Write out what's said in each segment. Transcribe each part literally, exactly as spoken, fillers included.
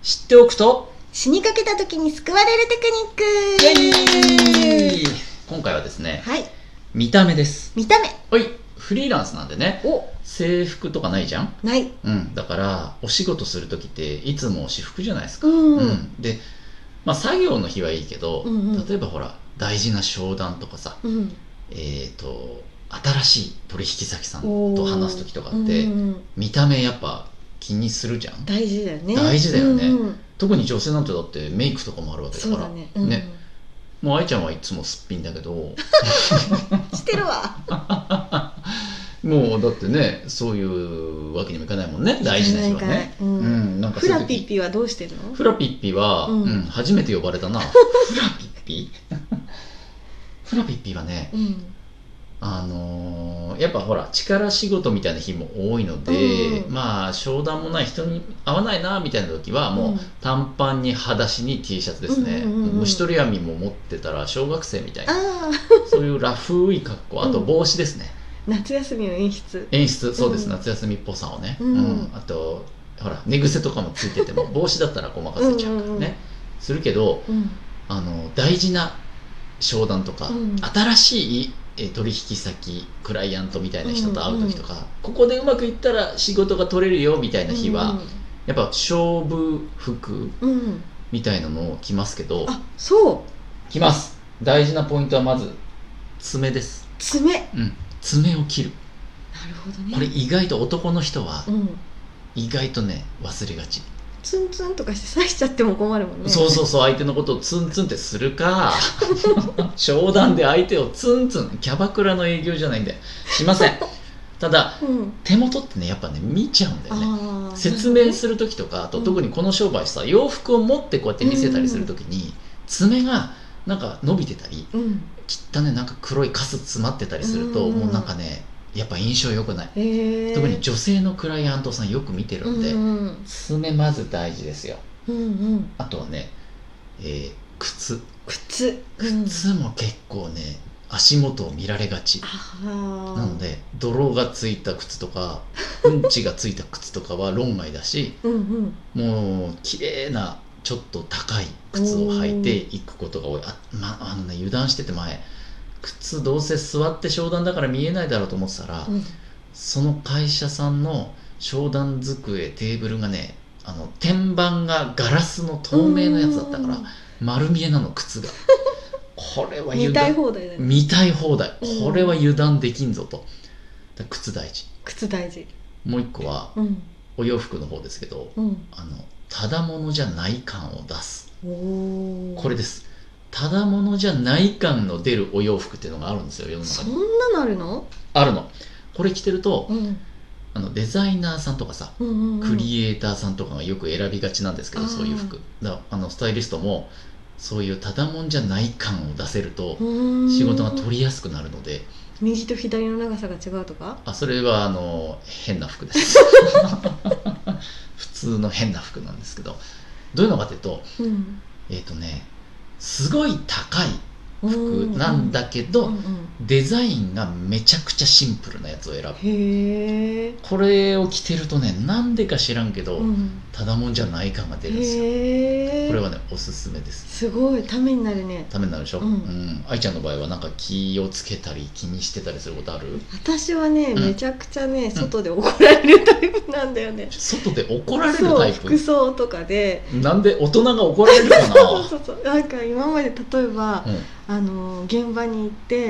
知っておくと死にかけた時に救われるテクニック。 イエーイ。今回はですね、 はい、 見た目です。 見た目。 はい、フリーランスなんでね、 お制服とかないじゃん。 ない。 うん、だからお仕事する時っていつも私服じゃないですか。 うん、 うん、で、まあ作業の日はいいけど、 うんうん、 例えばほら大事な商談とかさ、 うん、 えーと新しい取引先さんと話す時とかって、 うんうん、 見た目やっぱ気にするじゃん。 大事だよね。 大事だよね、 うんうん、 特に女性なんてだってメイクとかもあるわけだから。 そうだね、うん、 ね、もう愛ちゃんはいつもすっぴんだけどしてるわもうだってね、そういうわけにもいかないもんね、大事な日はね。 うん、うん、なんかフラピッピはどうしてるの？ フラピッピは、うんうん、初めて呼ばれたなフラピッピフラピッピはね、うん、あのー、やっぱほら力仕事みたいな日も多いので、うん、まあ商談もない、人に会わないなみたいな時はもう、うん、短パンに裸足に T シャツですね、うんうんうんうん、虫取り網も持ってたら小学生みたいなそういうラフい格好、あと帽子ですね、 うん、夏休みの演出演出、そうです、うん、夏休みっぽさをね、うんうん、あとほら寝癖とかもついてても帽子だったらごまかせちゃうからね、うんうん、するけど、うん、あの大事な商談とか、うん、新しい取引先クライアントみたいな人と会う時とか、うんうん、ここでうまくいったら仕事が取れるよみたいな日は、うんうん、やっぱ勝負服みたいなのを着ますけど、うん、 あ、そう着ます。大事なポイントはまず爪です。 爪、 うん、爪を切る。 なるほどね。 これ意外と男の人は意外とね忘れがち。 ツンツンとかして刺しちゃっても困るもんね。 そうそうそう、相手のことをツンツンってするか商談で相手をツンツン、キャバクラの営業じゃないんでしませんただ、うん、手元ってねやっぱね見ちゃうんだよね。説明する時とか、あと特にこの商売さ、洋服を持ってこうやって見せたりする時に、うん、爪がなんか伸びてたり、うん、汚ねなんか黒いカス詰まってたりすると、うん、もうなんかねやっぱ印象良くない、えー、特に女性のクライアントさんよく見てるんで、うんうん、爪まず大事ですよ、うんうん、あとはね、えー、靴靴、 靴も結構ね足元を見られがちなので、泥がついた靴とかうんちがついた靴とかは論外だしうん、うん、もう綺麗なちょっと高い靴を履いていくことが多い。あ、まあのね、油断してて前靴どうせ座って商談だから見えないだろうと思ってたら、うん、その会社さんの商談机テーブルがね、あの天板がガラスの透明のやつだったから丸見えなの、靴がこれは油断、見たい放題だね。見たい放題、これは油断できんぞと。だ靴大事、 靴大事。 もう一個は、うん、お洋服の方ですけど、うん、あのただものじゃない感を出す。おこれです。ただものじゃない感の出るお洋服っていうのがあるんですよ、世の中に。 そんなのあるの？ あるの。これ着てると、うん、あのデザイナーさんとかさ、うんうんうん、クリエイターさんとかがよく選びがちなんですけど、そういう服だ、あのスタイリストもそういうただもんじゃない感を出せると仕事が取りやすくなるので。 右と左の長さが違うとか？ あ、それはあの変な服です普通の変な服なんですけど、どういうのかというと、うん、えっとねすごい高い服なんだけど、うんうん、デザインがめちゃくちゃシンプルなやつを選ぶ。へー。これを着てるとね、なんでか知らんけど、うん、ただもんじゃない感が出るんですよ。へー。これはねおすすめです。 すごいためになるね。 ためになるでしょ、うんうん、愛ちゃんの場合はなんか気をつけたり気にしてたりすることある？ 私はね、うん、めちゃくちゃね外で怒られるタイプなんだよね。 外で怒られるタイプ？ 服装とかで。 なんで大人が怒られるかなそうそうそう、なんか今まで例えば、うん、あの現場に行って、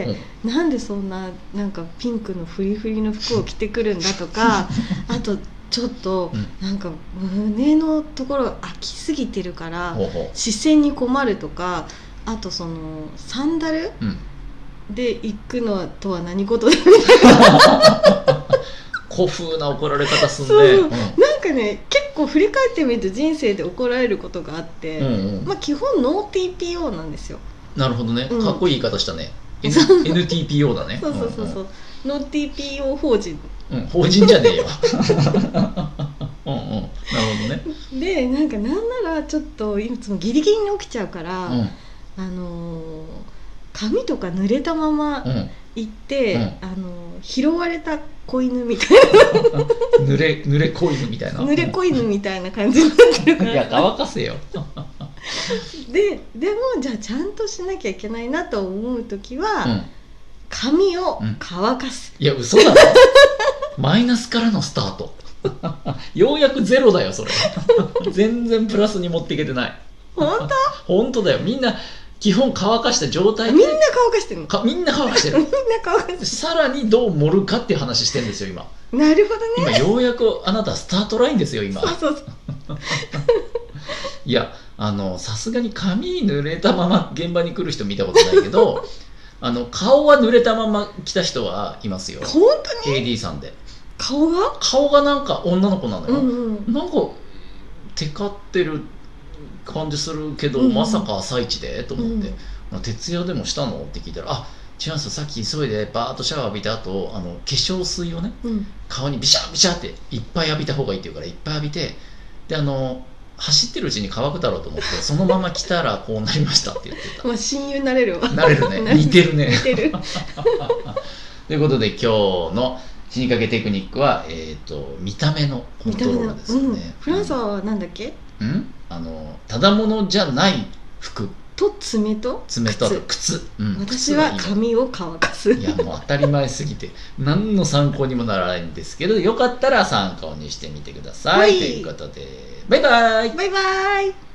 うん、なんでそんななんかピンクのフリフリの服を着てくるんだとかあとちょっと、うん、なんか胸のところが開きすぎてるからほうほう視線に困るとか、あとそのサンダル、うん、で行くのとは何事だみたいな古風な怒られ方すんね。 そう、うん、なんかね結構振り返ってみると人生で怒られることがあって、うんうん、まあ基本ノー ティーピーオー なんですよ。 なるほどね、うん、かっこいい言い方したね。 N エヌティーピーオー だね。 そうそうそうそう、うんうん、ノー ティーピーオー 法人、 うん、法人じゃねえようんうん、なるほどね。 でなんかなんならちょっといつもギリギリに起きちゃうから、うん、あのー、髪とか濡れたまま行って、うんうん、あのー、拾われた子犬みたいな濡れ濡れ子犬みたいな濡れ子犬みたいな感じになってるからいや乾かせよででもじゃあちゃんとしなきゃいけないなと思う時は、うん、髪を乾かす、 うん、いや嘘だろマイナスからのスタートようやくゼロだよそれ全然プラスに持っていけてない本当本当だよ。みんな基本乾かした状態でみんな乾かしてるのかみんな乾かしてるみんな乾かしてる。 さらにどう盛るかっていう話してるんですよ今。 なるほど今ね。 ようやくあなたスタートラインですよ今。 そうそうそういやあのさすがに髪濡れたまま現場に来る人見たことないけどあの顔は濡れたまま来た人はいますよ。 本当にエーディー さんで顔が顔がなんか女の子なのよ、 うんうん、 なんかテカってる感じするけど、うんうん、まさか朝一でと思って、うん、徹夜でもしたのって聞いたら、あ違うんですよ、さっき急いでバーッとシャワー浴びた後あの化粧水をね、うん、顔にビシャビシャっていっぱい浴びた方がいいって言うからいっぱい浴びて、であの走ってるうちに乾くだろうと思ってそのまま来たらこうなりましたって言ってた。 まあ親友になれるわ。 なれるね似てるね似てるということで今日の死にかけテクニックは、えー、と見た目のコントロールですよね、うん、 フランスはなんだっけ、 うん、あのただものじゃない服と爪と爪と靴、 うん、私は髪を乾かす。 いやもう当たり前すぎて何の参考にもならないんですけど、よかったら参考にしてみてくださいということでバイバイバイバイ。